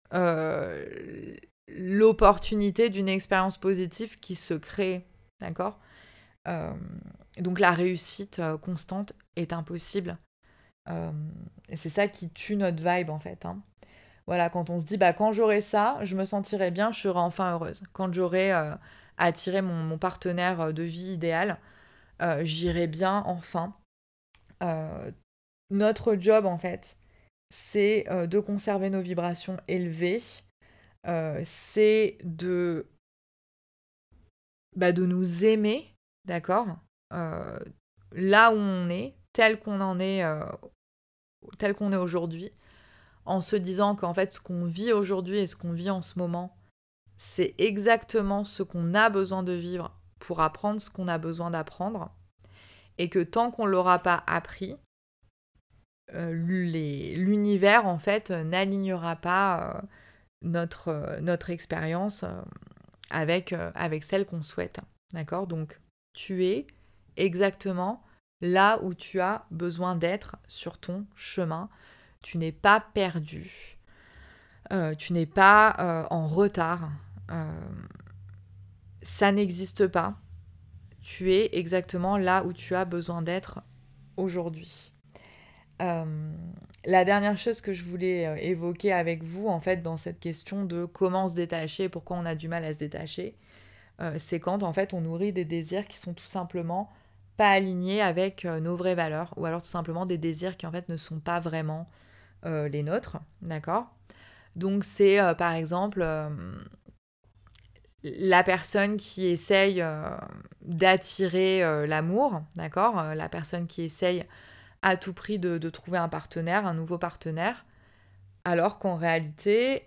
l'opportunité d'une expérience positive qui se crée. D'accord ? Donc la réussite constante est impossible. Et c'est ça qui tue notre vibe en fait. Voilà, quand on se dit quand j'aurai ça, je me sentirai bien, je serai enfin heureuse. Quand j'aurai attiré mon partenaire de vie idéal, j'irai bien enfin. Notre job en fait, c'est de conserver nos vibrations élevées, c'est de nous aimer, d'accord, là où on est, tel qu'on est aujourd'hui, en se disant qu'en fait ce qu'on vit aujourd'hui et ce qu'on vit en ce moment, c'est exactement ce qu'on a besoin de vivre pour apprendre ce qu'on a besoin d'apprendre, et que tant qu'on ne l'aura pas appris, l'univers en fait n'alignera pas notre expérience avec celle qu'on souhaite. D'accord ? Donc tu es exactement là où tu as besoin d'être sur ton chemin. Tu n'es pas perdu. Tu n'es pas en retard. Ça n'existe pas. Tu es exactement là où tu as besoin d'être aujourd'hui. La dernière chose que je voulais évoquer avec vous, en fait, dans cette question de comment se détacher, pourquoi on a du mal à se détacher, c'est quand, en fait, on nourrit des désirs qui sont tout simplement pas alignés avec nos vraies valeurs, ou alors tout simplement des désirs qui, en fait, ne sont pas vraiment les nôtres, d'accord ? Donc, c'est, par exemple, la personne qui essaye d'attirer l'amour, d'accord ? La personne qui essaye à tout prix de trouver un partenaire, un nouveau partenaire, alors qu'en réalité,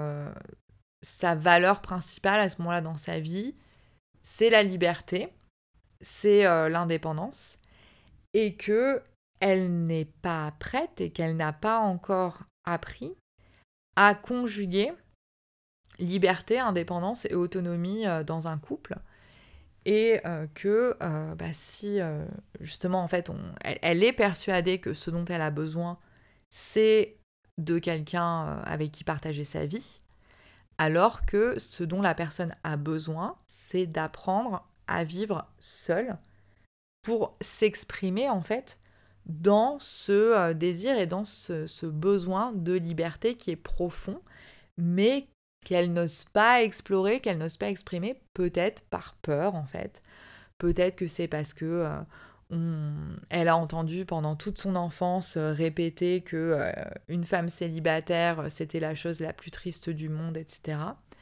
sa valeur principale à ce moment-là dans sa vie, c'est la liberté, c'est l'indépendance, et que elle n'est pas prête et qu'elle n'a pas encore appris à conjuguer liberté, indépendance et autonomie dans un couple. Et que si justement en fait elle est persuadée que ce dont elle a besoin c'est de quelqu'un avec qui partager sa vie, alors que ce dont la personne a besoin c'est d'apprendre à vivre seule pour s'exprimer en fait dans ce désir et dans ce besoin de liberté qui est profond, mais qu'elle n'ose pas explorer, qu'elle n'ose pas exprimer, peut-être par peur en fait. Peut-être que c'est parce que elle a entendu pendant toute son enfance répéter que une femme célibataire, c'était la chose la plus triste du monde, etc.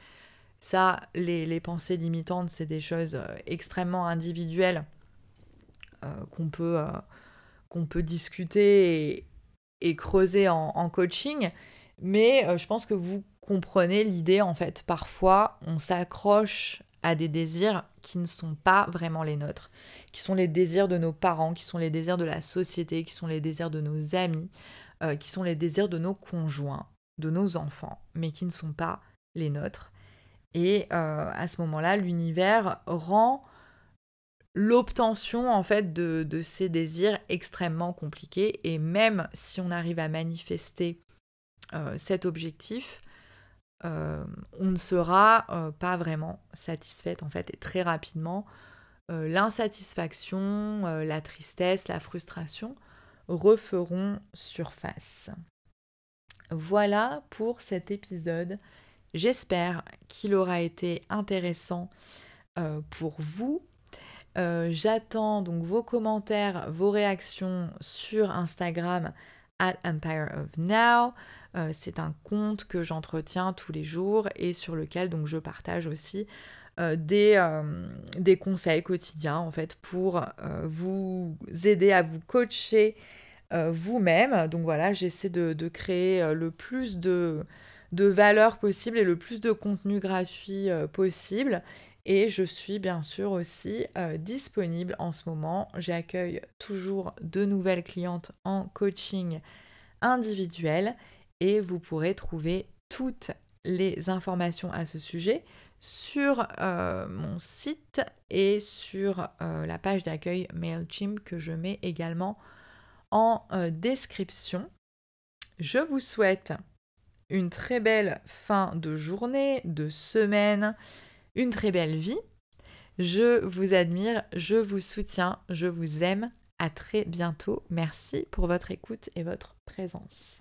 Ça, les pensées limitantes, c'est des choses extrêmement individuelles qu'on peut discuter et creuser en coaching. Mais je pense que vous comprenez l'idée, en fait. Parfois, on s'accroche à des désirs qui ne sont pas vraiment les nôtres, qui sont les désirs de nos parents, qui sont les désirs de la société, qui sont les désirs de nos amis, qui sont les désirs de nos conjoints, de nos enfants, mais qui ne sont pas les nôtres. Et à ce moment-là, l'univers rend l'obtention en fait de ces désirs extrêmement compliqués, et même si on arrive à manifester cet objectif, on ne sera pas vraiment satisfaite en fait, et très rapidement l'insatisfaction, la tristesse, la frustration referont surface. Voilà pour cet épisode. J'espère qu'il aura été intéressant pour vous. J'attends donc vos commentaires, vos réactions sur Instagram @EmpireOfNow. C'est un compte que j'entretiens tous les jours et sur lequel donc je partage aussi des conseils quotidiens en fait pour vous aider à vous coacher vous-même. Donc voilà, j'essaie de créer le plus de valeur possible et le plus de contenu gratuit possible. Et je suis bien sûr aussi disponible en ce moment. J'accueille toujours de nouvelles clientes en coaching individuel et vous pourrez trouver toutes les informations à ce sujet sur mon site et sur la page d'accueil MailChimp que je mets également en description. Je vous souhaite une très belle fin de journée, de semaine, une très belle vie. Je vous admire, je vous soutiens, je vous aime. À très bientôt. Merci pour votre écoute et votre présence.